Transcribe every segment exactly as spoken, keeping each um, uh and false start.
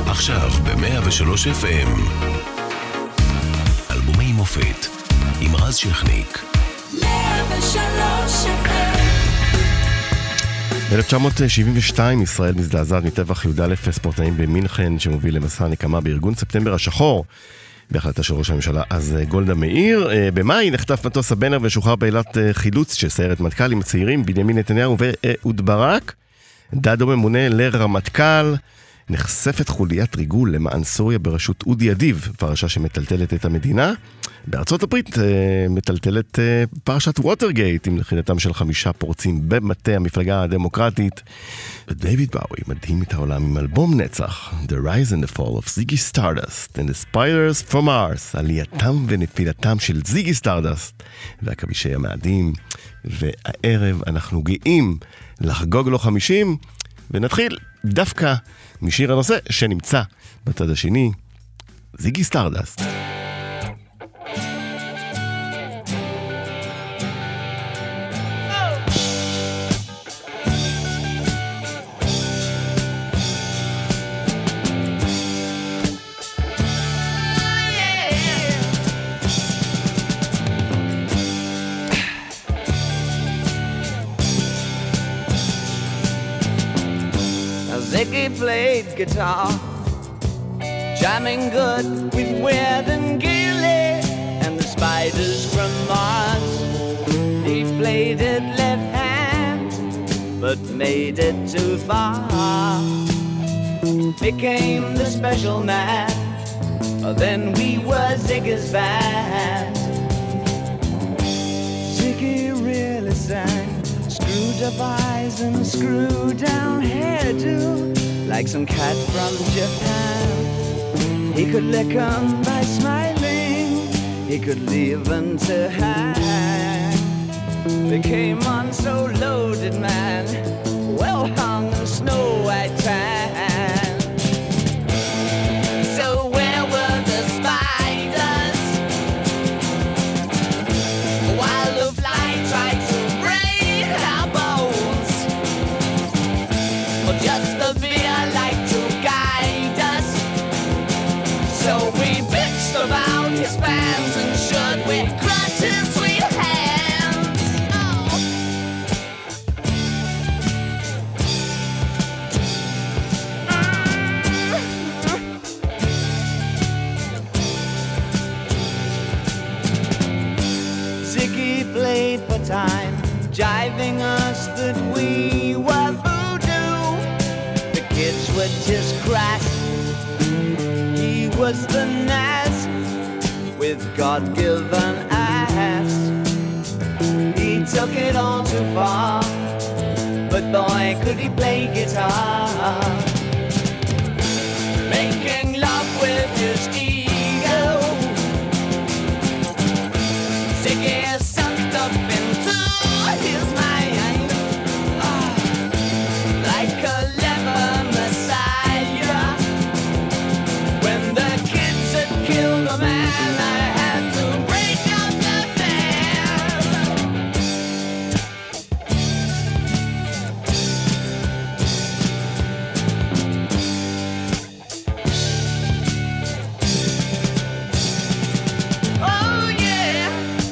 עכשיו ב-מאה ושלוש אף אם. אלבומי מופת עם רז שכניק. מאה ושלוש אף אם. ב-אלף תשע מאות שבעים ושתיים ישראל מזדעזעת מטבח י"א ספורטאים במינכן שמוביל למסע נקמה בארגון ספטמבר השחור בהחלטה של ראש הממשלה אז גולדה מאיר. במאי נחטף מטוס הבנר ושוחרר בעילת חילוץ של סיירת מטכ"ל עם הצעירים בנימין נתניהו ואהוד ברק. דדו ממונה לרמטכ"ל. נחשפת חוליית ריגול למען סוריה בראשות אודי אדיב, פרשה שמטלטלת את המדינה. בארצות הברית מטלטלת פרשת ווטרגייט עם לחינתם של חמישה פורצים במטה המפלגה הדמוקרטית. ודייוויד באוי מדהים את העולם עם אלבום נצח The Rise and the Fall of Ziggy Stardust and the Spiders from Mars, עלייתם ונפילתם של זיגי סטארדסט והכבישי המאדים. והערב אנחנו גאים לחגוג לו חמישים, ונתחיל דווקא משיר הנושא שנמצא בצד השני, זיגי סטארדסט. Ziggy played guitar, jamming good with Weird and Gilly and the Spiders from Mars. He played it left hand, but made it too far. Became the special man, then we were Ziggy's band. Ziggy really sang, screwed up eyes and screwed down hairdo, like some cat from Japan. He could lick 'em by smiling, he could leave 'em to hang. Became on so loaded man, well hung in snow white tan. So where were the spiders while the fly tried to break our bones? Or just the fear like to guide us? So we bitched about his fans and should we crush his sweet hands? Oh. Ziggy played for time, jiving us that we were voodoo. The kids were just crass, he was the Nas with God-given ass. He took it all too far, but boy could he play guitar. Making love with his ego, Ziggy sucked up into his mind, oh, like a clever messiah. When the kids had killed the man, I had to break up the band. Oh yeah.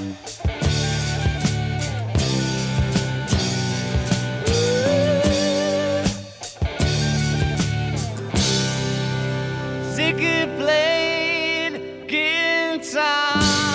Ziggy played guitar.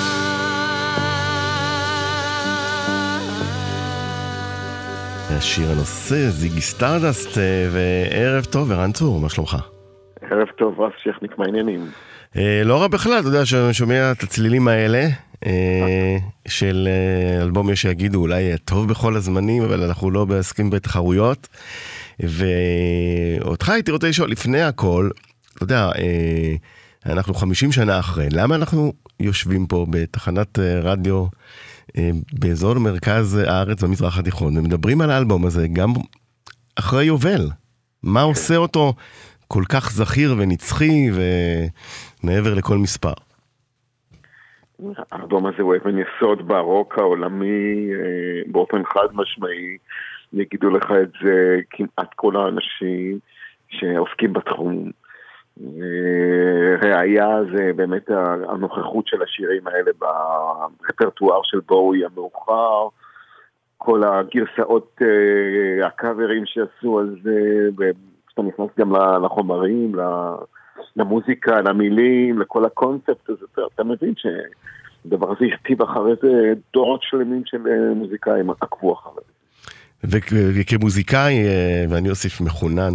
השיר הנושא, זיגי סטארדסט, וערב טוב, ערן צור, מה שלומך? ערב טוב, רז שכניק, מה העניינים? אה, לא רע בכלל, אתה יודע שאני שומע את הצלילים האלה, אה, של אה, אלבום יש שיגידו אולי טוב בכל הזמנים, אבל אנחנו לא בעסקים בתחרויות, ואותך הייתי רוצה לשאול, לפני הכל, אתה יודע, אה, אנחנו חמישים שנה אחרי, למה אנחנו יושבים פה בתחנת אה, רדיו, באזור מרכז הארץ במזרח התיכון, ומדברים על האלבום הזה גם אחרי יובל. מה עושה אותו כל כך זכיר ונצחי ומעבר לכל מספר? האלבום הזה הוא אבן יסוד ברוק העולמי באופן חד משמעי. יגידו לך את זה כמעט כל האנשים שעוסקים בתחום. ראיה זה באמת הנוכחות של השירים האלה ברפרטואר של בואי המאוחר, כל הגרסאות, הקאברים שעשו על זה, כשאתה נכנס גם לחומרים, למוזיקה, למילים, לכל הקונספט הזה, אתה מבין שדבר הזה הכתיב אחרי זה דורות שלמים של מוזיקאים עקבו אחרי זה. וכמוזיקאי, ואני אוסיף מחונן,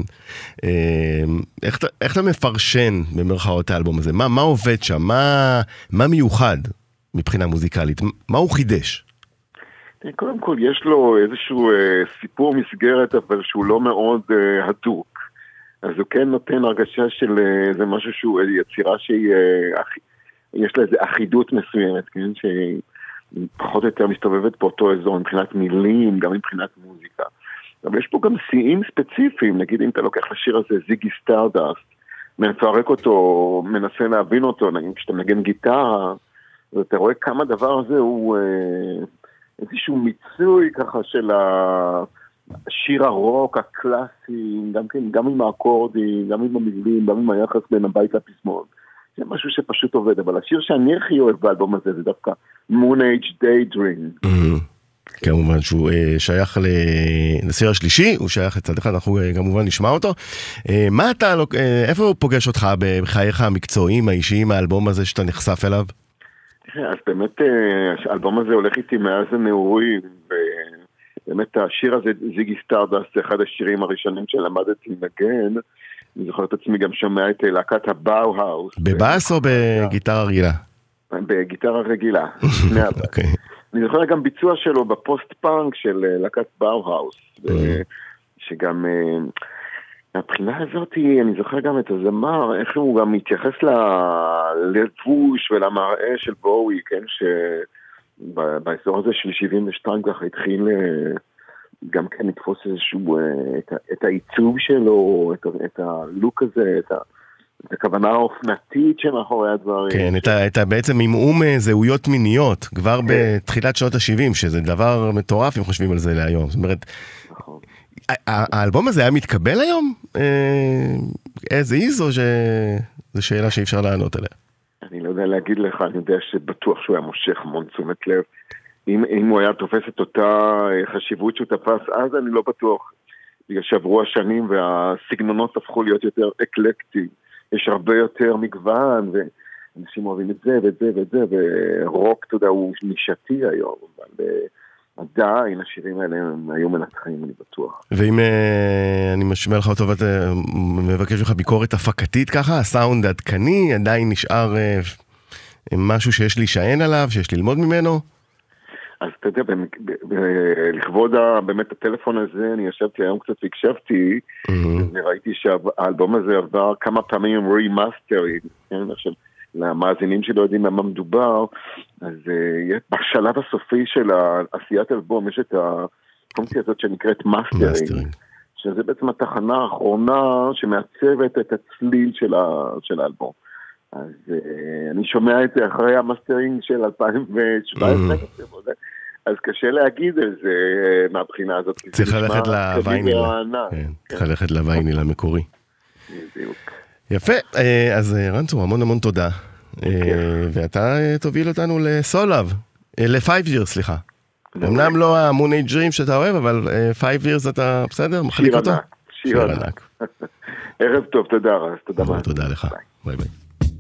איך, איך אתה מפרשן במרכאות האלבום הזה? מה, מה עובד שם? מה, מה מיוחד מבחינה מוזיקלית? מה הוא חידש? קודם כל, יש לו איזשהו סיפור מסגרת, אבל שהוא לא מאוד הדוק. אז הוא כן נותן הרגשה של איזה משהו שהוא יצירה שהיא, יש לה איזו אחידות מסוימת, כן? שהיא פחות או יותר מסתובבת באותו אזור מבחינת מילים, גם מבחינת מוזיקה. אבל יש פה גם שיאים ספציפיים, נגיד אם אתה לוקח לשיר הזה זיגי סטארדסט, מפרק אותו, מנסה להבין אותו, נגיד כשאתה מנגן גיטרה, ואתה רואה כמה דבר הזה הוא אה, איזשהו מיצוי ככה של השיר הרוק הקלאסי, גם, כן, גם עם האקורדים, גם עם המילים, גם עם היחס בין הבית לפזמון. זה משהו שפשוט עובד, אבל השיר שאני הכי אוהב באלבום הזה זה דווקא Moon Age Daydream. כמובן שהוא שייך לסיר השלישי, הוא שייך לצד אחד, אנחנו כמובן נשמע אותו. מה אתה, איפה הוא פוגש אותך בחייך המקצועיים, האישיים, האלבום הזה שאתה נחשף אליו? אז באמת האלבום הזה הולך איתי מאז הנעורים, ובאמת השיר הזה, זיגי סטארדסט, זה אחד השירים הראשונים שלמדתי לנגן, אני זוכר את עצמי גם שומע את להקת הבאו-האוס. בבאס או בגיטרה רגילה? בגיטרה רגילה. אני זוכר גם ביצוע שלו בפוסט-פאנק של להקת באו-האוס, שגם מהבחינה הזאת, אני זוכר גם את הזמר, איך הוא גם מתייחס ללבוש ולמראה של בואי, כן, שבאזור הזה של שבעים ושתיים ככה התחיל גם כן לתפוס איזשהו, את, את העיצוב שלו, את, את הלוק הזה, את, ה, את הכוונה האופנתית שמאחורי הדברים. כן, ש... את, ה, את ה, בעצם מימום זהויות מיניות, כבר כן. בתחילת שנות ה-שבעים, שזה דבר מטורף אם חושבים על זה להיום. זאת אומרת, נכון. האלבום הזה היה מתקבל היום? איזה איז או שזו שאלה שאי אפשר לענות עליה? אני לא יודע להגיד לך, אני יודע שבטוח שהוא היה מושך המון תשומת לב. אם, אם הוא היה תופס את אותה חשיבות שהוא תפס, אז אני לא בטוח. בגלל שעברו השנים והסגנונות הפכו להיות יותר אקלקטיים. יש הרבה יותר מגוון, ואנשים אוהבים את זה ואת זה ואת זה, ורוק, אתה יודע, הוא נישתי היום, אבל עדיין השירים האלה הם היו מנצחים, אני בטוח. ואם אני משמע לך אותו ואתה מבקש לך ביקורת הפקתית ככה, הסאונד עדכני עדיין נשאר משהו שיש להישען עליו, שיש ללמוד ממנו? אז אתה יודע, לכבוד באמת הטלפון הזה, אני ישבתי היום קצת והקשבתי, וראיתי שהאלבום הזה עבר כמה פעמים רימאסטרים, עכשיו, למאזינים שלא יודעים מה מדובר, אז בשלב הסופי של עשיית אלבום, יש את הפונקציה הזאת שנקראת מאסטרינג, שזה בעצם התחנה האחרונה שמעצבת את הצליל של האלבום. אז uh, אני שומע את זה אחרי המאסטרינג של אלפיים שבע עשרה, mm-hmm. אז קשה להגיד על זה uh, מהבחינה הזאת. צריך ללכת לווייניל. כן, צריך ללכת לווייניל המקורי. בדיוק. יפה, uh, אז רן צור, המון המון תודה. Uh, ואתה uh, תוביל אותנו לסולאב, uh, ל-five years, סליחה. אמנם לא המון אייג' דרים שאתה אוהב, אבל uh, five years אתה בסדר? מחליק אותו? שיר ענק. ערב טוב, תודה רז, תודה רבה. תודה לך, ביי ביי.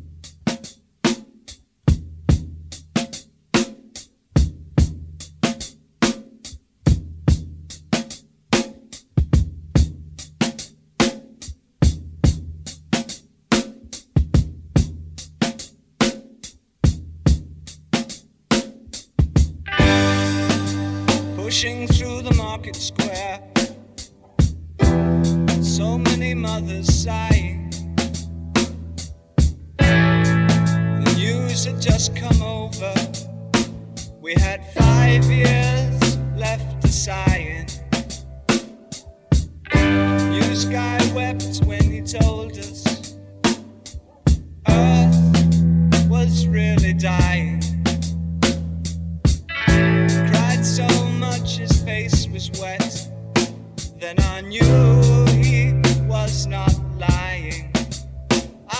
Pushing through the market square, so many mothers sighing. The news had just come over. We had five years left to sign. News guy wept when he told us Earth was really dying. So much his face was wet. Then I knew he was not lying.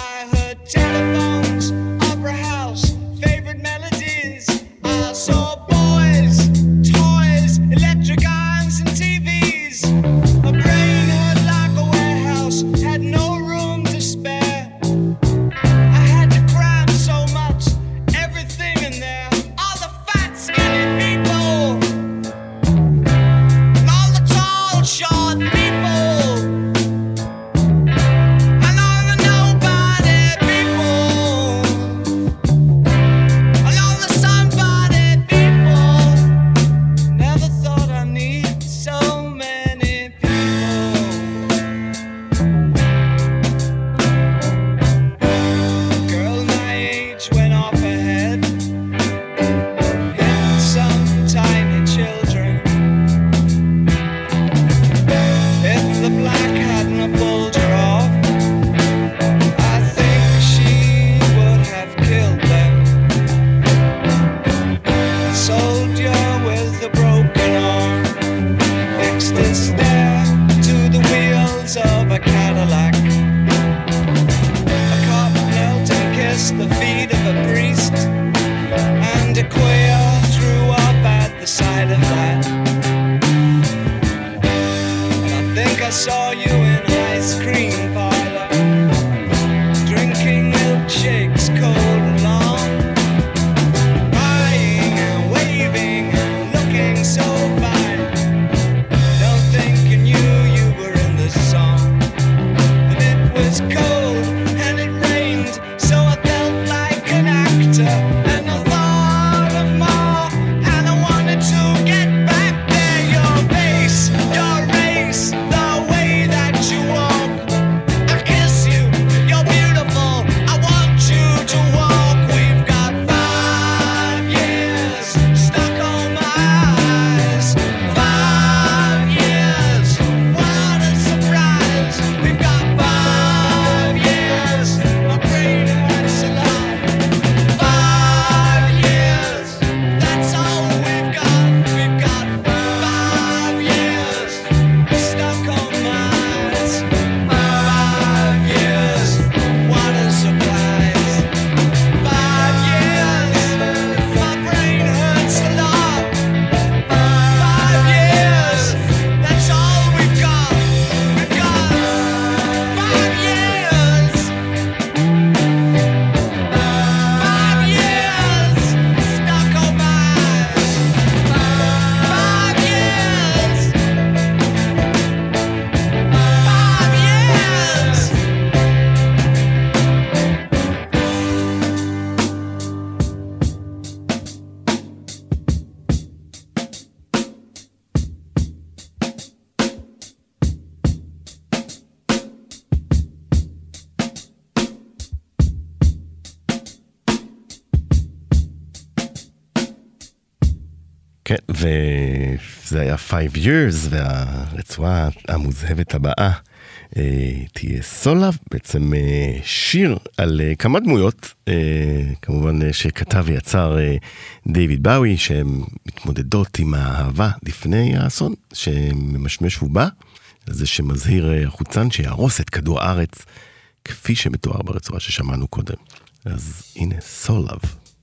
כן, וזה היה five years, והרצועה המוזהבת הבאה תהיה סולב, בעצם שיר על כמה דמויות, כמובן שכתב ויצר דיוויד באוי, שהן מתמודדות עם האהבה לפני האסון, שממשמש ובא, זה שמזהיר החוצן שיהרוס את כדור הארץ, כפי שמתואר ברצועה ששמענו קודם. אז הנה סולב.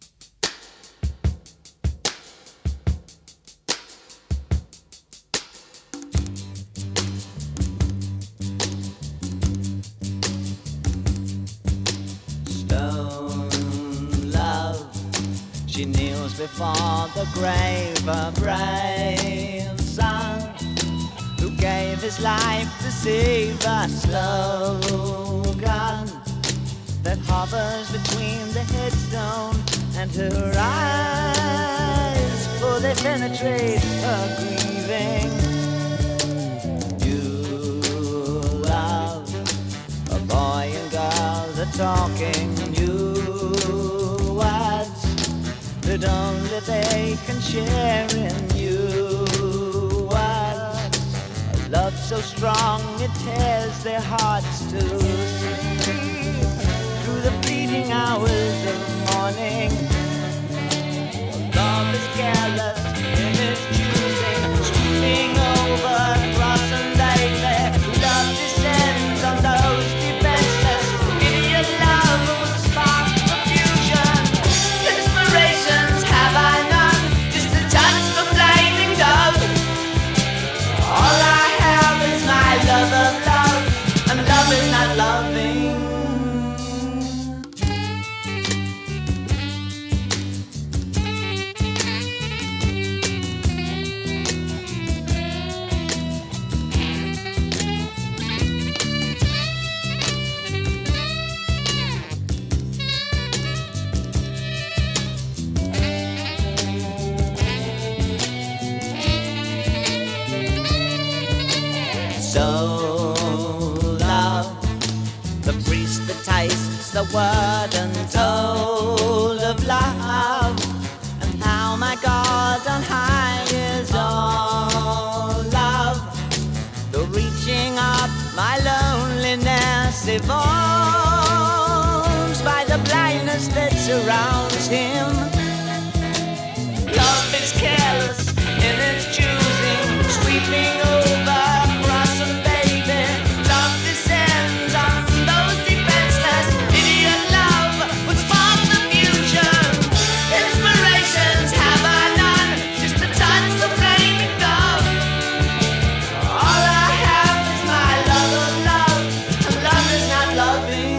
She kneels before the grave, a brave son who gave his life to save a slogan that hovers between the headstone and her eyes, for they penetrate her grieving. You love a boy and girl, the talking new words that only they can share in you. Words, a love so strong it tears their hearts to sleep through the fleeting hours of morning. Love is careless in its choosing, sweeping over cross and daily. Love descends on those defenseless. Idiot love will spark confusion. Inspirations have I none, just to touch the flaming dove. All I have is my love of love, and love is not loving. So love, the priest that tastes the word untold of love, and how my God on high is all love. The reaching up my loneliness evolves by the blindness that surrounds him. Love is careless in its choosing, sweeping over cross and baby. Love descends on those defenseless. Idiot love would spark the fusion. Inspirations have I none, just to touch the flaming dove. All I have is my love of love, and love is not loving.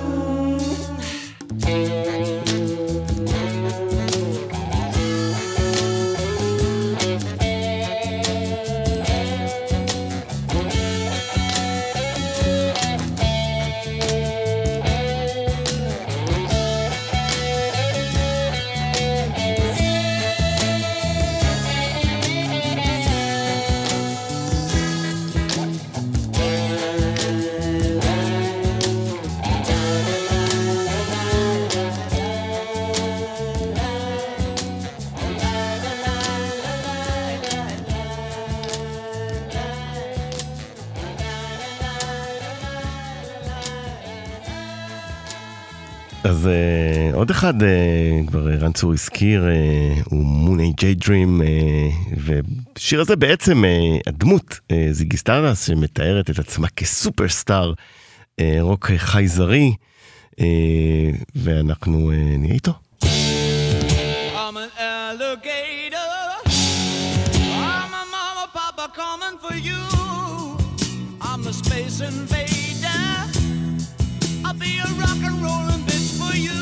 אז uh, עוד אחד, uh, כבר רן צור הזכיר, uh, הוא מוני ג'יי דרים, uh, ובשיר הזה בעצם uh, הדמות, uh, זיגי סטארדסט, שמתארת את עצמה כסופרסטאר, uh, רוק חייזרי, uh, ואנחנו uh, נהיה איתו. I'm an alligator, I'm a mama papa coming for you, I'm a space invader, I'll be a rock and rollin' bitch for you.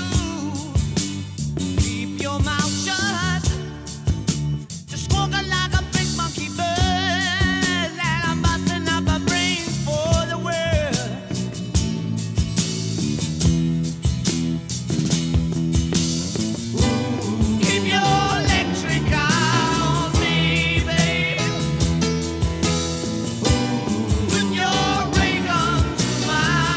Keep your mouth shut, just squawking like a big monkey bird, and I'm busting up a brain for the world. Keep your electric on me, babe. With your ray gun to my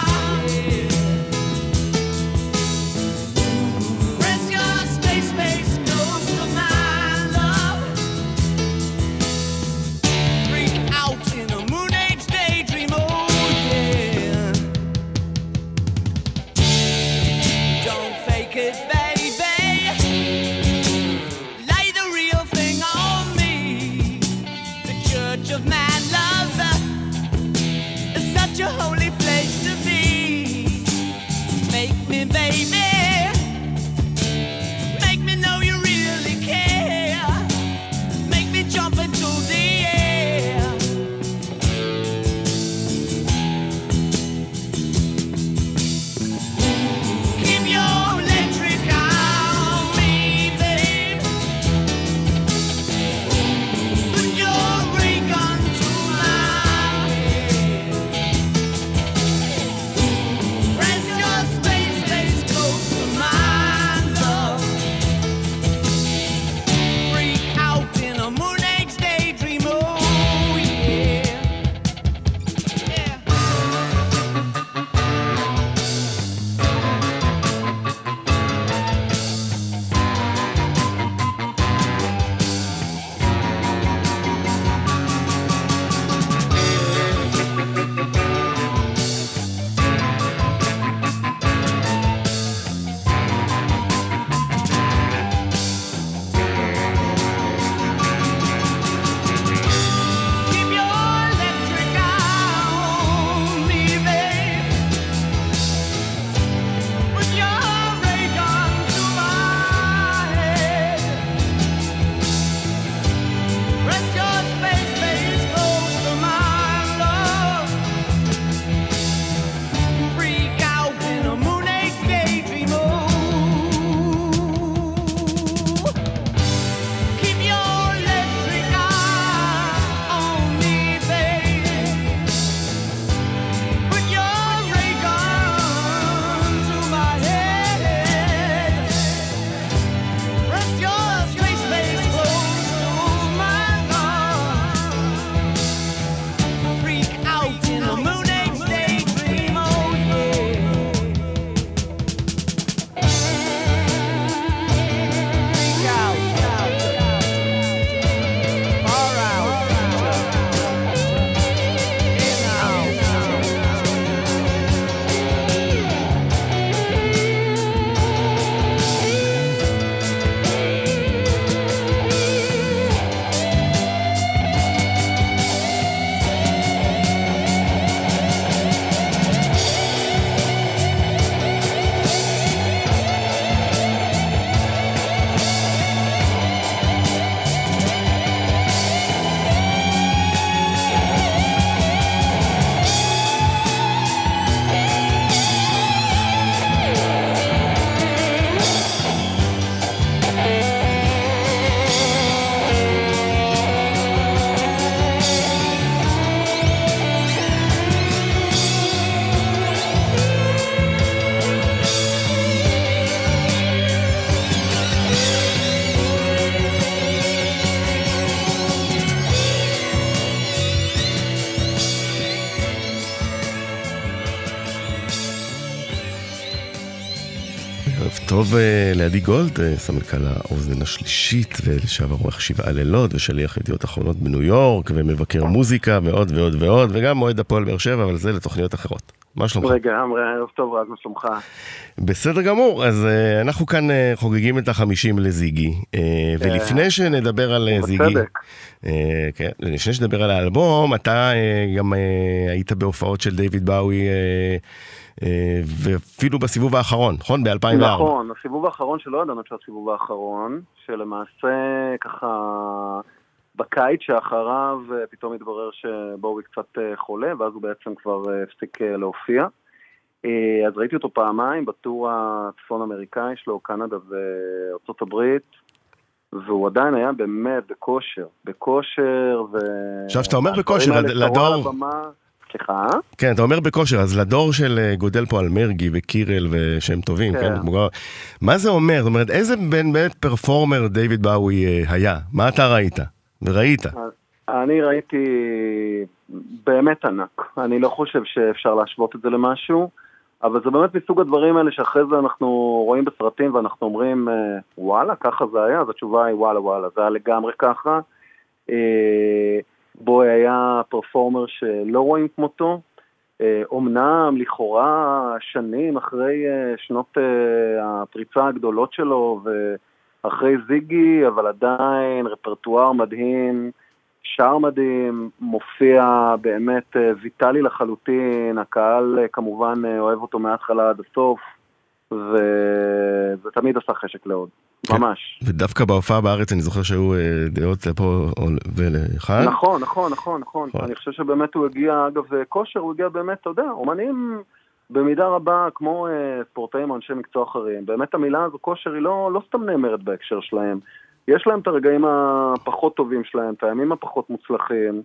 טוב לידי גולד, סמנכ"ל האוזן השלישית ולשעבר עורך שבעה לילות ושליח ידיעות אחרונות בניו יורק ומבקר מוזיקה ועוד ועוד ועוד, וגם מועד הפועל באר שבע, אבל זה לתוכניות אחרות. מה שלומך? רגע, ערב טוב, רז, מה שלומך? בסדר גמור, אז uh, אנחנו כאן uh, חוגגים את החמישים לזיגי, uh, ולפני שנדבר על uh, זיגי, uh, כן, לפני שנדבר על האלבום, אתה uh, גם uh, היית בהופעות של דיוויד באוי, uh, uh, ואפילו בסיבוב האחרון, נכון? ב-אלפיים וארבע. נכון, הסיבוב האחרון שלא ידענו שהסיבוב האחרון, שלמעשה ככה בקיץ שאחריו פתאום התברר שבואוי קצת חולה, ואז הוא בעצם כבר הפסיק להופיע. אז ראיתי אותו פעמיים בטור הצפון אמריקאי שלו, קנדה וארצות הברית, והוא עדיין היה באמת בכושר, בכושר ו... עכשיו שאתה אומר בכושר, לדור... סליחה? כן, אתה אומר בכושר, אז לדור של גודל פה על מרגי וקירל ושהם טובים, כן? מה זה אומר? זאת אומרת, איזה באמת פרפורמר דיוויד באוי היה? מה אתה ראית? וראית? אני ראיתי באמת ענק. אני לא חושב שאפשר להשוות את זה למשהו, אבל זה באמת מסוג הדברים האלה שאחרי זה אנחנו רואים בסרטים ואנחנו אומרים, וואלה, ככה זה היה? אז התשובה היא וואלה, וואלה, זה היה לגמרי ככה. בו היה פרפורמר שלא רואים כמותו, אומנם לכאורה שנים אחרי שנות הפריצה הגדולות שלו ואחרי זיגי, אבל עדיין רפרטואר מדהים, שר מדהים, מופיע באמת ויטלי לחלוטין, הקהל כמובן אוהב אותו מההתחלה עד הסוף, וזה תמיד עשה חשק לעוד, ממש. ודווקא בהופעה בארץ אני זוכר שהיו דעות לפה ולכאן. נכון, נכון, נכון, נכון. אני חושב שבאמת הוא הגיע, אגב, כושר, הוא הגיע באמת, אתה יודע, אומנים במידה רבה, כמו ספורטאים או אנשי מקצוע אחרים, באמת המילה הזו, כושר, היא לא, לא סתם נאמרת בהקשר שלהם. יש להם את הרגעים הפחות טובים שלהם, את הימים הפחות מוצלחים.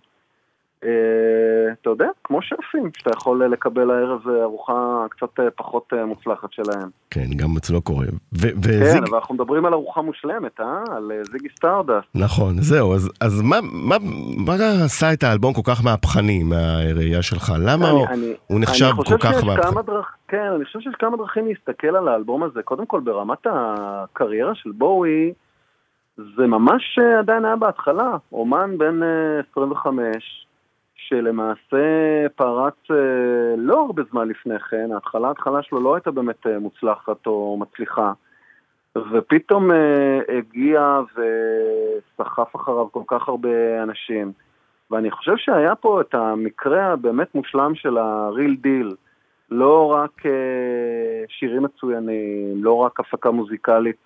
אתה יודע, כמו שפים, שאתה יכול לקבל הערב ארוחה קצת פחות מוצלחת שלהם. כן, גם אצלו קורה. כן, אבל אנחנו מדברים על ארוחה מושלמת, אה? על זיגי סטארדסט. נכון, זהו. אז מה עשה את האלבום כל כך מהפכני מהראייה שלך? למה הוא נחשב כל כך מהפכני? כן, אני חושב שיש כמה דרכים להסתכל על האלבום הזה. קודם כל, ברמת הקריירה של בואי, זה ממש עדיין היה בהתחלה. אומן בן עשרים וחמש, שלמעשה פרץ לא הרבה זמן לפני כן, ההתחלה, ההתחלה שלו לא הייתה באמת מוצלחת או מצליחה, ופתאום הגיע וסחף אחריו כל כך הרבה אנשים, ואני חושב שהיה פה את המקרה הבאמת מושלם של הריל דיל, לא רק שירים מצוינים, לא רק הפקה מוזיקלית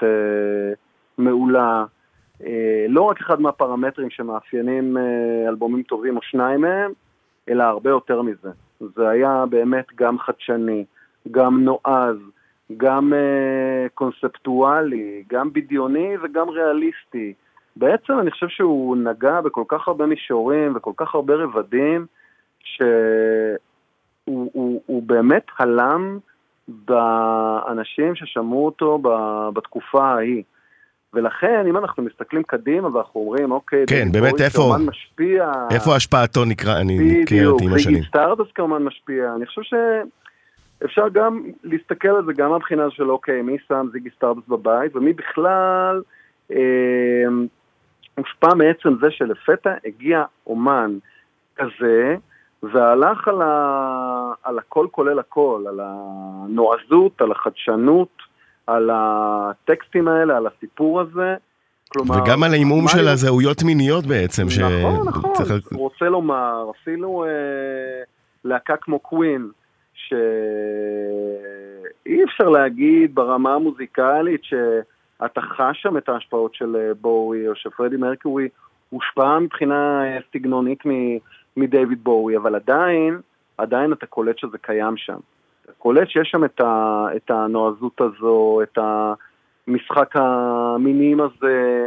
מעולה, לא רק אחד מהפרמטרים שמאפיינים אלבומים טובים או שניים מהם, אלא הרבה יותר מזה. זה היה באמת גם חדשני, גם נועז, גם קונספטואלי, גם בדיוני וגם ריאליסטי. בעצם אני חושב שהוא נגע בכל כך הרבה מישורים וכל כך הרבה רבדים, שהוא הוא, הוא באמת הלם באנשים ששמעו אותו בתקופה ההיא. ולכן, אם אנחנו מסתכלים קדימה ואנחנו אומרים, אוקיי, כן, באמת איפה, משפיע, איפה השפעתו נקרא, אני מכיר אותי עם השנים. זיגי סטארדסט כמובן משפיע. אני חושב שאפשר גם להסתכל על זה גם מהבחינה של, אוקיי, מי שם זיגי סטארדסט בבית, ומי בכלל אה, הושפע מעצם זה שלפתע הגיע אומן כזה, והלך על, ה, על הכל כולל הכל, על הנועזות, על החדשנות, על הטקסטים האלה, על הסיפור הזה. כלומר, וגם על האימום של הזהויות מיניות בעצם. נכון, נכון. הוא רוצה לומר, אפילו אה, להקה כמו קווין, שאי אפשר להגיד ברמה המוזיקלית שאתה חש שם את ההשפעות של בואי, או שפרדי מרקיורי הושפע מבחינה סגנונית מדייוויד בואי, אבל עדיין, עדיין אתה קולט שזה קיים שם. קולט שיש שם את, ה, את הנועזות הזו, את המשחק המינים הזה,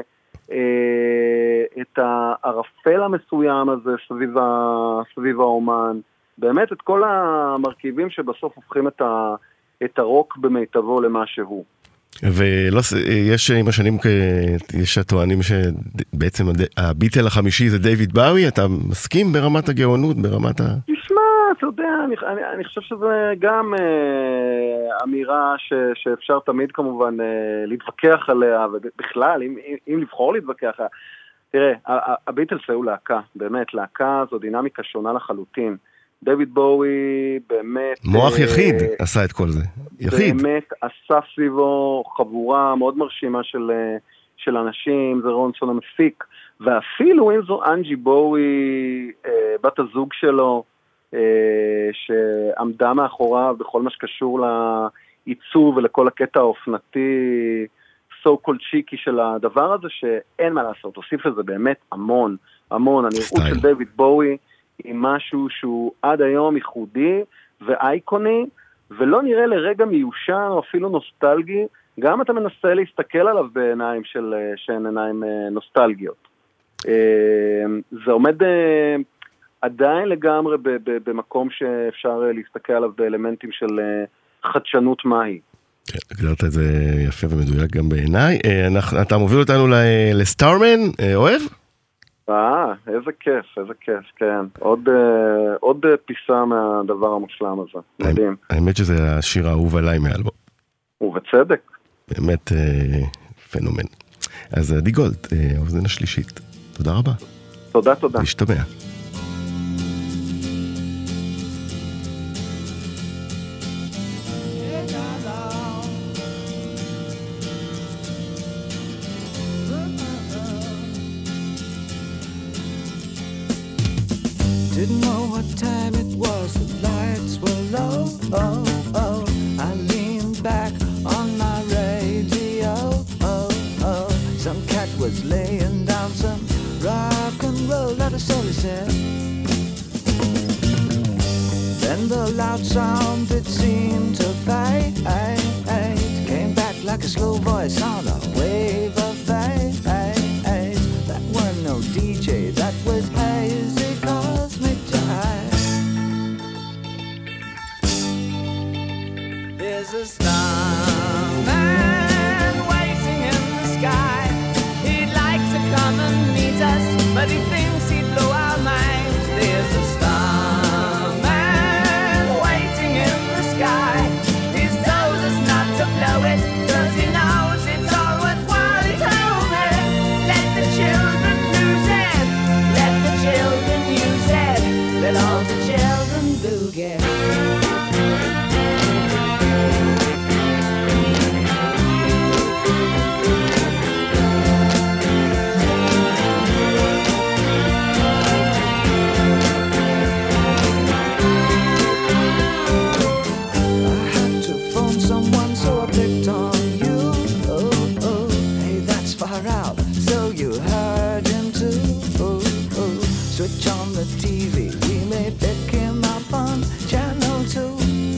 את הערפל המסוים הזה סביב, ה, סביב האומן, באמת את כל המרכיבים שבסוף הופכים את, ה, את הרוק במיטבו למה שהוא. ויש עם השנים, יש הטוענים שבעצם הביטל החמישי זה דיוויד באוי, אתה מסכים ברמת הגאונות, ברמת ה... תשמע, אתה יודע, אני, אני, אני חושב שזה גם אה, אמירה ש, שאפשר תמיד כמובן אה, להתווכח עליה, ובכלל, אם, אם, אם לבחור להתווכח, תראה, הביטלס היו להקה, באמת, להקה זו דינמיקה שונה לחלוטין. דיוויד בואי באמת... מוח יחיד אה, עשה את כל זה, יחיד. באמת עשה סביבו חבורה מאוד מרשימה של, של אנשים, זה רונסון המפיק, ואפילו אם זו אנג'י בואי, אה, בת הזוג שלו, אה, שעמדה מאחוריו בכל מה שקשור לעיצוב ולכל הקטע האופנתי, so called צ'יקי של הדבר הזה, שאין מה לעשות, תוסיף לזה באמת המון, המון, הנראות של דיוויד בואי, עם משהו שהוא עד היום ייחודי ואייקוני, ולא נראה לרגע מיושן או אפילו נוסטלגי, גם אתה מנסה להסתכל עליו בעיניים של, שהן עיניים נוסטלגיות. זה עומד עדיין לגמרי במקום שאפשר להסתכל עליו באלמנטים של חדשנות מהי. כן, הגדרת את זה יפה ומדויק גם בעיניי. אתה מוביל אותנו לסטארמן, אוהב? אה, איזה כיף, איזה כיף, כן. עוד, עוד פיסה מהדבר המושלם הזה. מדהים. האמת שזה השיר האהוב עליי מאלבום. ובצדק. באמת פנומן. אז עדי גולד, האוזן השלישית. תודה רבה. תודה, תודה. להשתמע. Didn't know what time it was, the lights were low, oh, oh. I leaned back a loud sound that seemed to fade. Came back like a slow voice on a wave of fate. That weren't no D J, that was hazy cosmic jive. There's a starman waiting in the sky. He'd like to come and meet us, but he thinks he'd blow our minds. There's a starman waiting in the sky. He's told us not to blow it, cause he knows it's all worthwhile. He told me, let the children lose it, let the children use it, let all the children boogie. Switch on the T V, we may pick him up on channel two.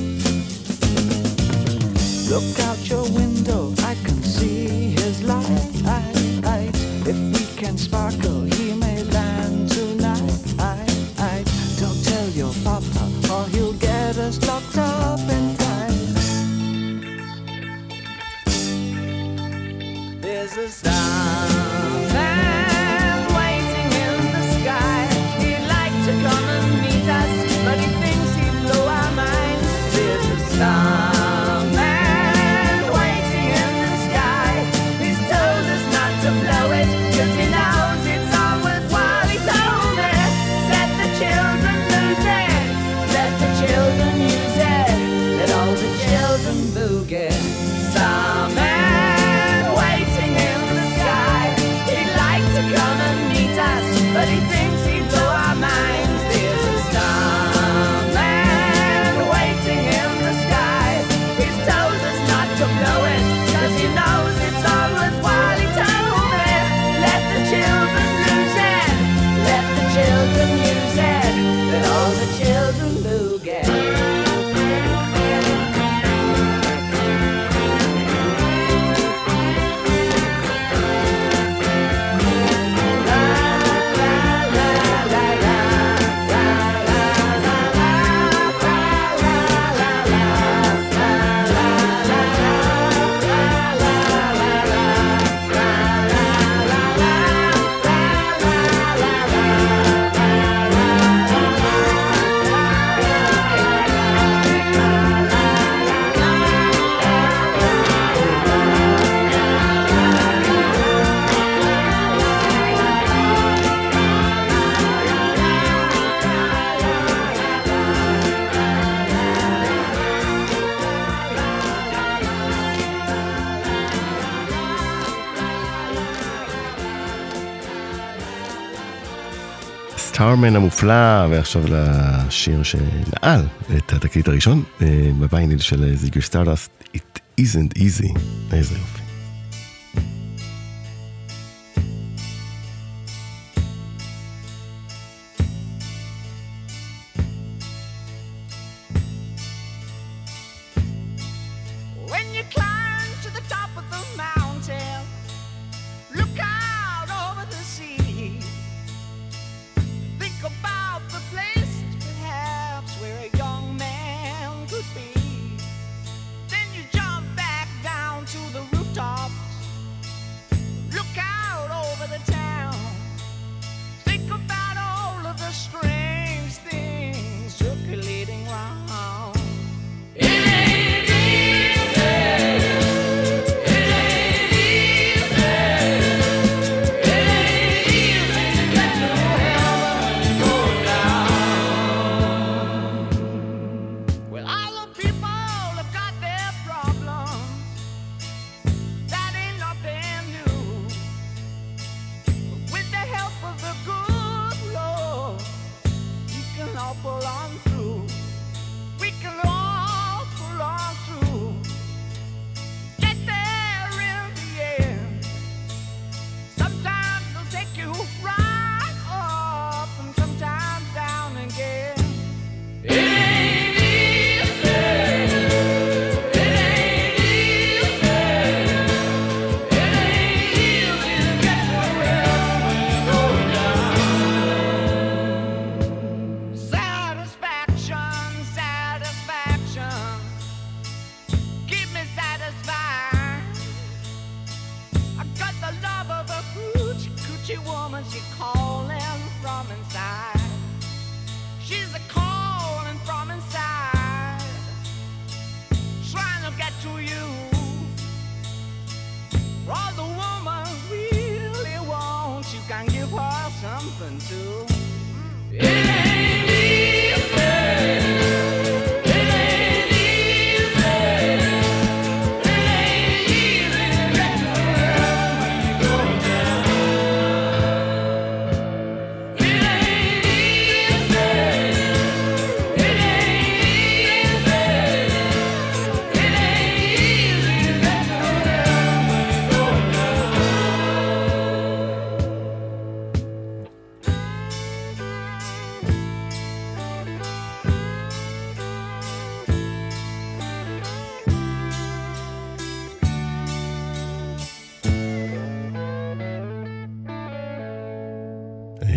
Look out your window, I can see his light. If we can sparkle, he may land tonight. Don't tell your papa, or he'll get us locked up in time. There's a starman waiting in the sky. He'd like to come and meet us, but he thinks he'd blow our minds. There's a starman waiting in the sky. He's told us not to blow it, cause he knows it's all worthwhile. He told me, let the children lose it, let the children use it, let all the children boogie. Starman waiting in the sky. He'd like to come and meet us, but he thinks he'd blow our minds. There's a starman waiting in the sky. He's told us not to blow it, cause he knows it's all worthwhile. He told me, let the children lose it, let the children use it, let all the children boogie. סטארמן המופלא, ועכשיו לשיר שנעל את התקליט הראשון בווייניל של זיגי סטארדסט, It Isn't Easy. איזה יופי. It ain't easy.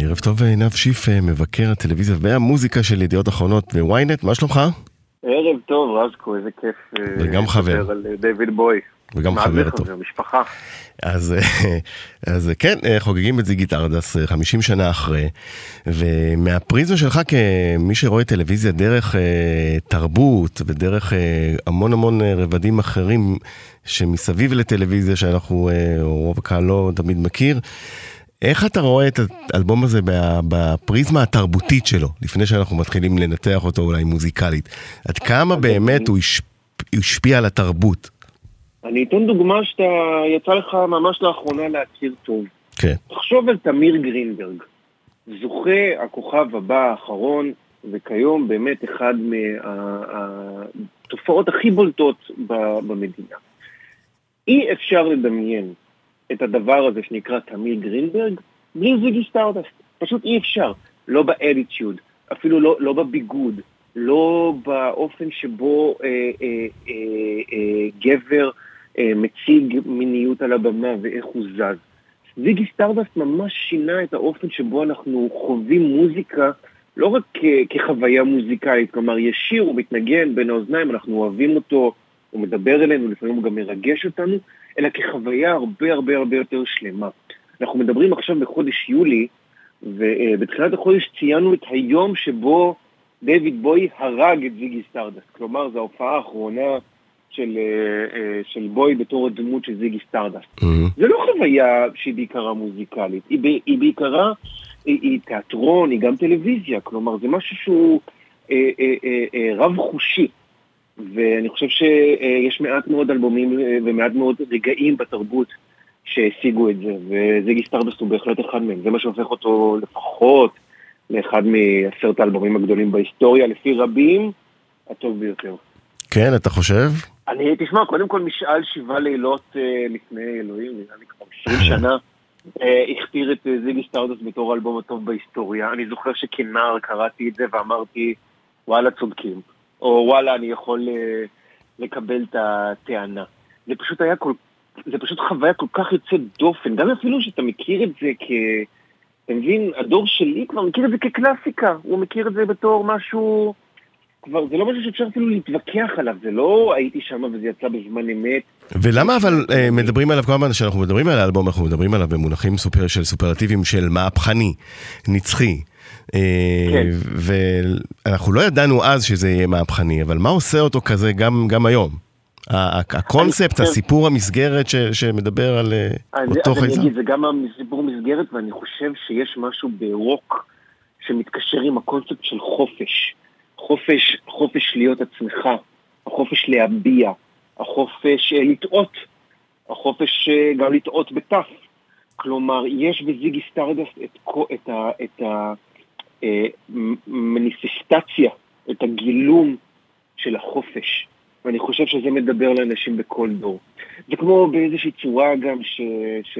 ערב טוב, עינב שיף, מבקר הטלוויזיה והמוזיקה של ידיעות אחרונות וויינט, מה שלומך? ערב טוב, רזקו, איזה כיף. וגם חבר. לדבר על דיוויד בוי. וגם חבר טוב. משפחה. אז, אז כן, חוגגים את זיגי סטארדסט חמישים שנה אחרי, ומהפריזמה שלך כמי שרואה טלוויזיה דרך תרבות ודרך המון המון רבדים אחרים שמסביב לטלוויזיה שאנחנו, רוב הקהל לא תמיד מכיר, איך אתה רואה את האלבום הזה בפריזמה התרבותית שלו, לפני שאנחנו מתחילים לנתח אותו אולי מוזיקלית? עד כמה באמת הוא השפיע על התרבות? אני אתן דוגמה שאתה יצא לך ממש לאחרונה להכיר טוב. כן. תחשוב על תמיר גרינברג, זוכה הכוכב הבא האחרון, וכיום באמת אחד מהתופעות הכי בולטות במדינה. אי אפשר לדמיין את הדבר הזה שנקרא תמיר גרינברג בלי זיגי סטארדסט. פשוט אי אפשר. לא באדיטיוד, אפילו לא, לא בביגוד, לא באופן שבו אה, אה, אה, אה, גבר אה, מציג מיניות על הבמה ואיך הוא זז. זיגי סטארדסט ממש שינה את האופן שבו אנחנו חווים מוזיקה, לא רק כ- כחוויה מוזיקלית, כלומר ישיר הוא מתנגן בין האוזניים, אנחנו אוהבים אותו, הוא מדבר אלינו, לפעמים הוא גם מרגש אותנו, אלא כחוויה הרבה הרבה הרבה יותר שלמה. אנחנו מדברים עכשיו בחודש יולי, ובתחילת החודש ציינו את היום שבו דיוויד בוי הרג את זיגי סטארדסט. כלומר, זו ההופעה האחרונה של, של בוי בתור הדמות של זיגי סטארדסט. Mm-hmm. זה לא חוויה שהיא בעיקרה מוזיקלית, היא, היא בעיקרה, היא, היא תיאטרון, היא גם טלוויזיה, כלומר, זה משהו שהוא אה, אה, אה, רב חושי. ואני חושב שיש מעט מאוד אלבומים ומעט מאוד רגעים בתרבות שהשיגו את זה, וזיגי סטארדסט הוא בהחלט אחד מהם. זה מה שהופך אותו לפחות לאחד מעשרת האלבומים הגדולים בהיסטוריה, לפי רבים, הטוב ביותר. כן, אתה חושב? אני, תשמע, קודם כל משאל שבעה לילות לפני אלוהים, נראה לי כבר עשרים שנה, הכתיר את זיגי סטארדסט בתור האלבום הטוב בהיסטוריה. אני זוכר שכנער קראתי את זה ואמרתי, וואלה צודקים. או וואלה, אני יכול לקבל את הטענה. זה פשוט היה כל, זה פשוט חוויה כל כך יוצאת דופן, גם אפילו שאתה מכיר את זה כ... אתה מבין, הדור שלי כבר מכיר את זה כקלאסיקה, הוא מכיר את זה בתור משהו, כבר, זה לא משהו שאפשר אפילו להתווכח עליו, זה לא הייתי שם וזה יצא בזמן אמת. ולמה אבל מדברים עליו כל הזמן, שאנחנו מדברים על האלבום, אנחנו מדברים עליו במונחים סופר, של סופרלטיביים של מהפכני, נצחי. כן. ואנחנו לא ידענו אז שזה יהיה מהפכני, אבל מה עושה אותו כזה גם, גם היום? הקונספט, הסיפור המסגרת ש, שמדבר על אותו חייזר? אז אני אגיד, זה גם הסיפור מסגרת, ואני חושב שיש משהו ברוק שמתקשר עם הקונספט של חופש. חופש, חופש להיות עצמך, החופש להביע, החופש לטעות, החופש גם לטעות בתף. כלומר, יש בזיגי סטארדסט את, את, ה, את המניפסטציה, את הגילום של החופש. ואני חושב שזה מדבר לאנשים בכל דור. זה כמו באיזושהי צורה גם ש... ש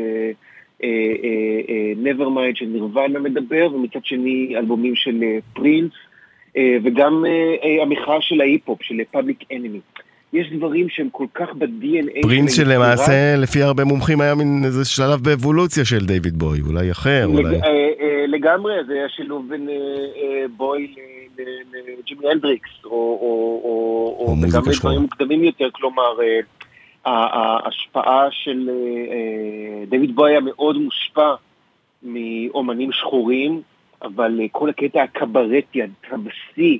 Nevermind של נירוונה מדבר, ומצד שני אלבומים של פרינס, וגם המחאה של ההיפ-הופ, של Public Enemy. יש דברים שהם כל כך ב-די אן איי... פרינס שלמעשה, לפי הרבה מומחים, היה מין איזה שלב באבולוציה של דיוויד בוי, אולי אחר, אולי... לגמרי, זה היה שילוב בין בוי לג'ימי הלדריקס, או גם דברים מוקדמים יותר, כלומר, ההשפעה של דיוויד בוי היה מאוד מושפע מאומנים שחורים, אבל כל הקטע הקברטי, הטרבסי,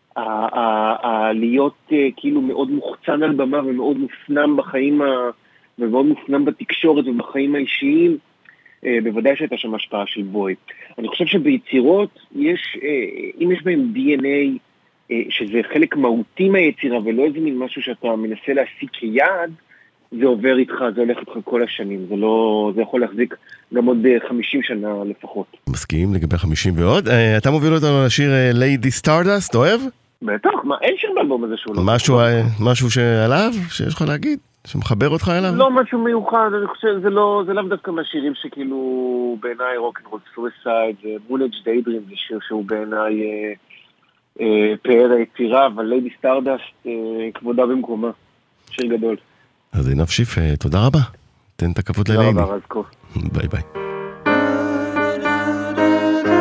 להיות כאילו מאוד מוחצן על במה ומאוד מופנם בחיים, ומאוד מופנם בתקשורת ובחיים האישיים, בוודאי שהייתה שם השפעה של בוי. אני חושב שביצירות יש, אם יש בהם די אן איי, שזה חלק מהותי מהיצירה ולא איזה מין משהו שאתה מנסה להשיג כיעד, זה עובר איתך, זה הולך איתך כל השנים, זה לא, זה יכול להחזיק גם עוד חמישים שנה לפחות. מסכים לגבי חמישים ועוד. אתה מוביל אותנו לשיר Lady Stardust, אוהב? בטח, מה, אין שיר באלבום הזה שהוא לא... משהו, משהו שעליו, שיש לך להגיד? שמחבר אותך אליו? לא משהו מיוחד, אני חושב, זה לא, זה לאו דווקא מהשירים שכאילו בעיניי רוק'נ'רול סוויסייד, מונג' דיידרים, זה שיר שהוא בעיניי אה, אה, פאר היצירה, אבל ליידי סטארדסט, אה, כבודה במקומה, שיר גדול. אז עינב שיף, תודה רבה, תן את הכבוד לליידי. תודה רבה, רזקו. ביי ביי.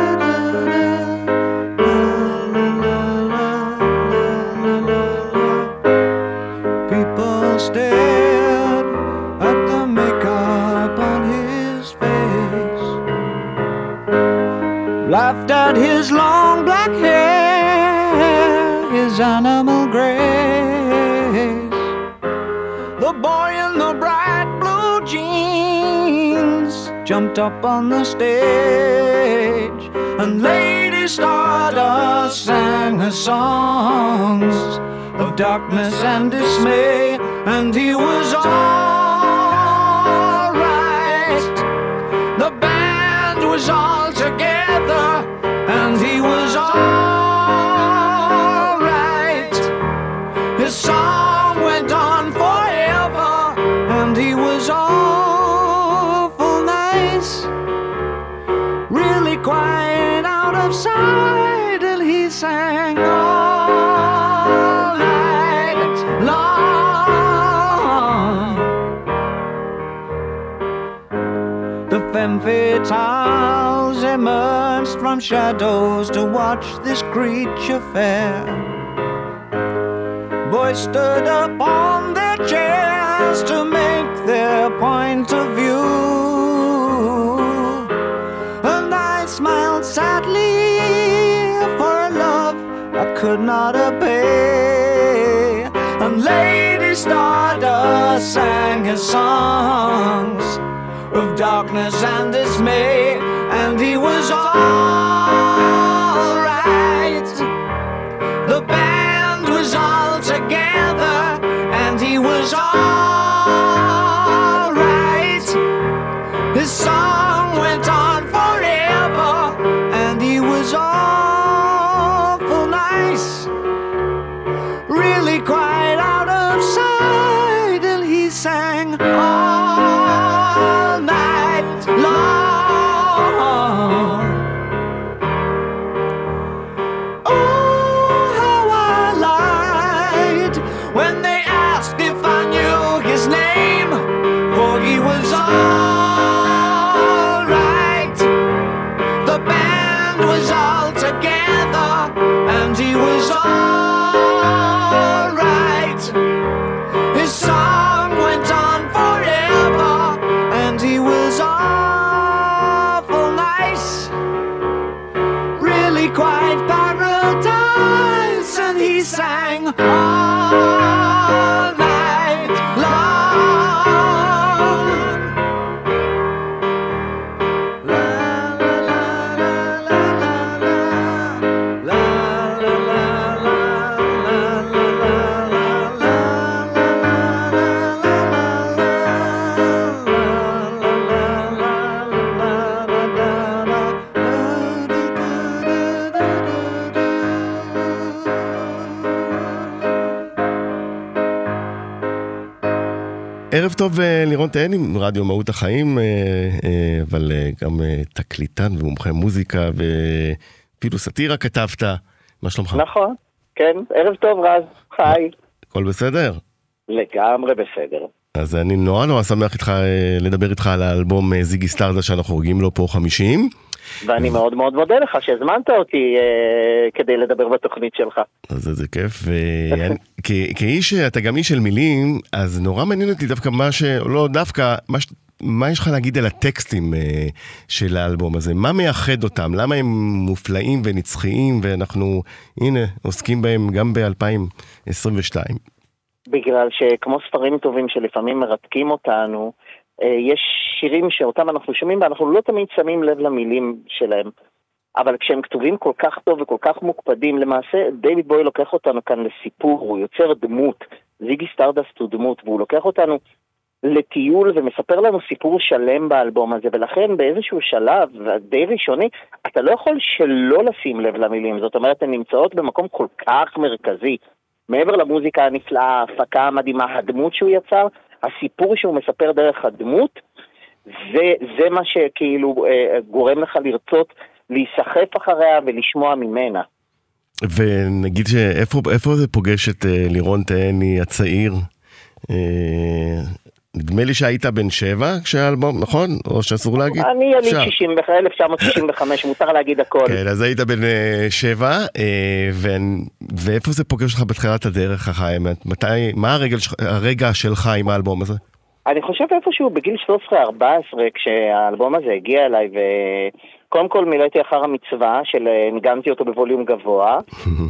people stared at the makeup on his face, laughed at his long black hair, his animal grace. The boy in the bright blue jeans jumped up on the stage, and Lady Stardust sang her songs of darkness and dismay, and he was all right. The band was all together, and he was all right. His song went on forever, and he was awful nice, really quite out of sight, and he sang all night long. The femme fatales emerged from shadows to watch this creature fair. Boys stood up on their chairs to make their point of view, and I smiled sadly for a love I could not obey. And Lady Stardust sang his songs of darkness and dismay, and he was all right. The band was all together, and he was all right. His song went on forever, and he was awful nice, really quite out of sight, and he sang all night long. Oh, how I lied when they asked if I knew his name, for he was all right. The band was all together, and he was all right. His song went on forever, and he was awful nice, really quite paradise, and he sang all night long. La la la la la la la la la la ערב טוב לירון תהני, רדיו מהות החיים, אבל גם תקליטן ומומחה מוזיקה ואפילו סאטירה כתבת. מה שלומך? נכון, כן, ערב טוב רז, חי. הכל בסדר? לגמרי בסדר. אז אני נורא נורא שמח איתך לדבר איתך על האלבום זיגי סטארדסט שאנחנו חוגגים לו פה חמישים. ואני מאוד מאוד מודה לך שהזמנת אותי אה, כדי לדבר בתוכנית שלך. אז זה כיף, וכאיש, אתה גם איש של מילים, אז נורא מעניין אותי דווקא מה ש... לא דווקא, מה, ש... מה יש לך להגיד על הטקסטים אה, של האלבום הזה? מה מייחד אותם? למה הם מופלאים ונצחיים, ואנחנו, הנה, עוסקים בהם גם ב-אלפיים עשרים ושתיים? בגלל שכמו ספרים טובים שלפעמים מרתקים אותנו, יש שירים שאותם אנחנו שומעים ואנחנו לא תמיד שמים לב למילים שלהם, אבל כשהם כתובים כל כך טוב וכל כך מוקפדים, למעשה דיוויד בוי לוקח אותנו כאן לסיפור, הוא יוצר דמות, זיגי סטארדסט הוא דמות, והוא לוקח אותנו לטיול ומספר לנו סיפור שלם באלבום הזה, ולכן באיזשהו שלב די ראשוני אתה לא יכול שלא לשים לב למילים, זאת אומרת הן נמצאות במקום כל כך מרכזי, מעבר למוזיקה הנפלאה, ההפקה המדהימה, הדמות שהוא יצר, הסיפור שהוא מספר דרך הדמות, זה, זה מה שכאילו אה, גורם לך לרצות להיסחף אחריה ולשמוע ממנה. ונגיד שאיפה איפה זה פוגש את אה, לירון תהני הצעיר, אה, נדמה לי שהיית בן שבע כשהאלבום, נכון? או שאסור להגיד? אני יליד אלף תשע מאות שישים וחמש, מותר להגיד הכל. כן, אז היית בן שבע, ואיפה זה פוגש לך בתחילת הדרך, החיים? מתי, מה הרגע שלך עם האלבום הזה? אני חושב איפשהו בגיל שלוש עשרה ארבע עשרה, כשהאלבום הזה הגיע אליי, וקודם כל מילאתי אחר המצווה של ניגנתי אותו בווליום גבוה,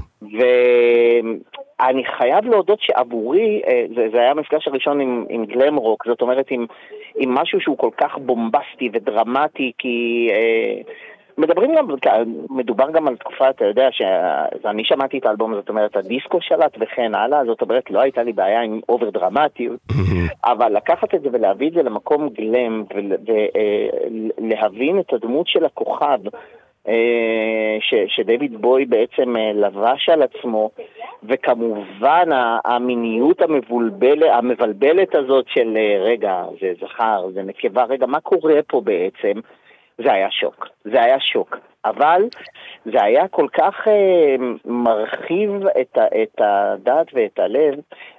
ואני חייב להודות שעבורי, זה, זה היה המפגש הראשון עם, עם גלם רוק, זאת אומרת עם, עם משהו שהוא כל כך בומבסטי ודרמטי, כי מדברים גם, מדובר גם על תקופה, אתה יודע, שאני שמעתי את האלבום, זאת אומרת, הדיסקו שלט וכן הלאה, זאת אומרת, לא הייתה לי בעיה עם אובר דרמטיות, אבל לקחת את זה ולהביא את זה למקום גלם, ולהבין את הדמות של הכוכב, שדייוויד בוי בעצם לבש על עצמו, וכמובן המיניות המבולבלת, המבלבלת הזאת של רגע, זה זכר, זה נקבה, רגע, מה קורה פה בעצם? זה היה שוק, זה היה שוק, אבל זה היה כל כך אה, מרחיב את, ה, את הדעת ואת הלב,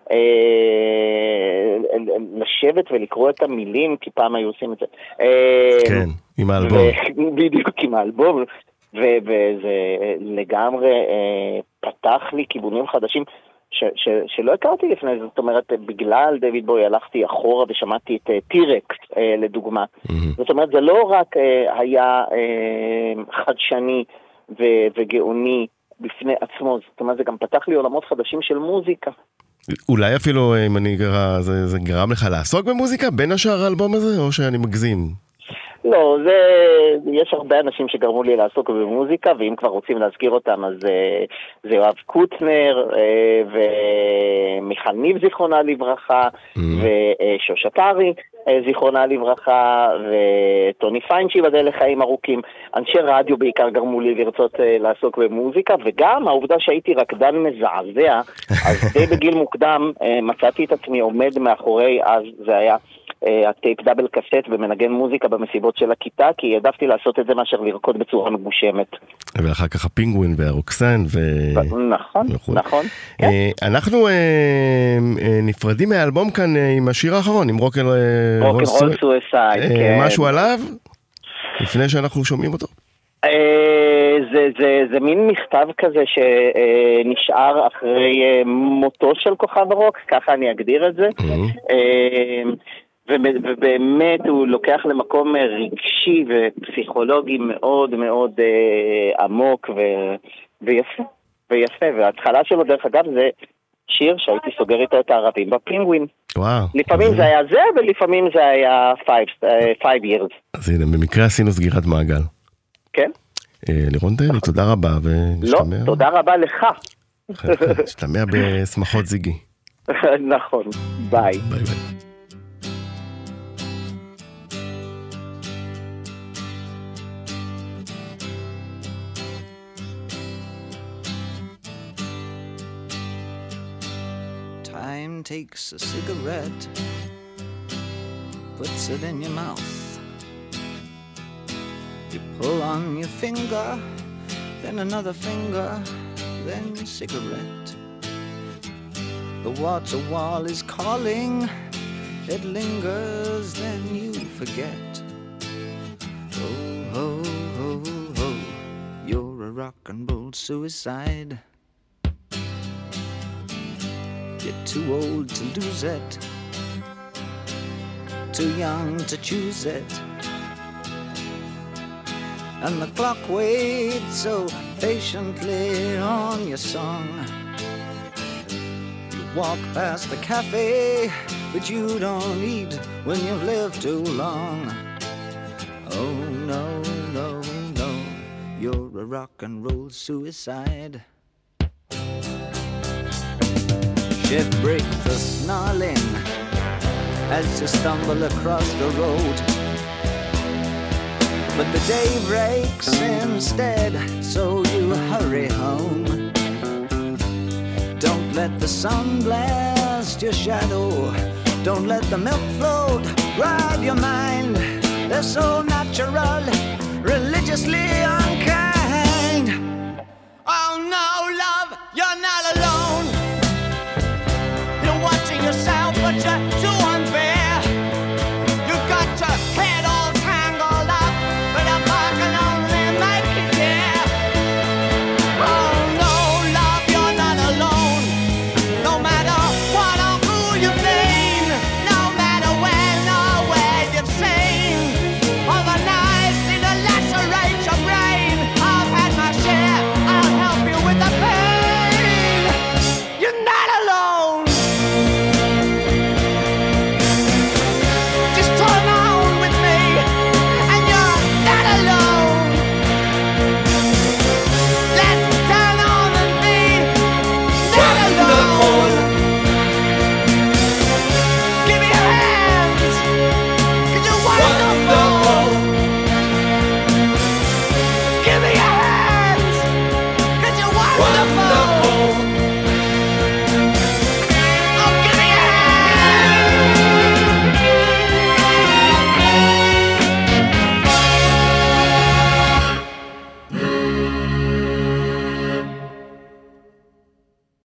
אה, לשבת ולקרוא את המילים, כי פעם היו עושים את זה. אה, כן, עם האלבום. ו- בדיוק עם האלבום, ו- וזה לגמרי אה, פתח לי כיוונים חדשים, ש- ש- שלא הכרתי לפני, זאת אומרת, בגלל דייוויד בוי הלכתי אחורה ושמעתי את טירקס, אה, לדוגמה. Mm-hmm. זאת אומרת, זה לא רק אה, היה אה, חדשני ו- וגאוני בפני עצמו, זאת אומרת, זה גם פתח לי עולמות חדשים של מוזיקה. אולי אפילו, אם אני גרע, זה, זה גרם לך לעסוק במוזיקה בין השאר האלבום הזה, או שאני מגזים? לא, זה, יש הרבה אנשים שגרמו לי לעסוק במוזיקה, ואם כבר רוצים להזכיר אותם, אז זה יואב קוטנר, ומיכל ניב זיכרונה לברכה, mm-hmm. ושושה פרי זיכרונה לברכה, וטוני פיין שיבדל לחיים ארוכים. אנשי רדיו בעיקר גרמו לי לרצות לעסוק במוזיקה, וגם העובדה שהייתי רקדן מזעזע, אז די בגיל מוקדם מצאתי את עצמי עומד מאחורי, אז זה היה הטייפ דאבל קסט ומנגן מוזיקה במסיבות של הכיתה, כי העדפתי לעשות את זה מאשר לרקוד בצורה מגושמת. ואחר כך הפינגווין והרוקסן ו... נכון, נכון. אנחנו נפרדים מהאלבום כאן עם השיר האחרון, עם רוק'ן רול סואסייד. משהו עליו? לפני שאנחנו שומעים אותו? זה, זה, זה מין מכתב כזה שנשאר אחרי מותו של כוכב הרוק, ככה אני אגדיר את זה. ובאמת הוא לוקח למקום רגשי ופסיכולוגי מאוד מאוד עמוק ויפה, ויפה. וההתחלה שלו דרך אגב זה שיר שהייתי סוגר איתו את הערבים בפינגווין. וואו. לפעמים זה היה זה ולפעמים זה היה five years. אז הנה, במקרה עשינו סגירת מעגל. כן. לירון דיילי, תודה רבה. לא, תודה רבה לך. שתמע בשמחות זיגי. נכון, ביי. ביי ביי. Time takes a cigarette, puts it in your mouth. You pull on your finger, then another finger, then a cigarette. The water wall is calling, it lingers, then you forget. Oh, ho, ho, ho, you're a rock and roll suicide. You're too old to lose it, too young to choose it. And the clock waits so patiently on your song. You walk past the cafe, but you don't eat when you've lived too long. Oh no, no, no, you're a rock and roll suicide. Shit breaks the snarling as you stumble across the road. But the day breaks instead, so you hurry home. Don't let the sun blast your shadow. Don't let the milk float ride your mind. They're so natural, religiously unkind. Oh no, love, you're not alone.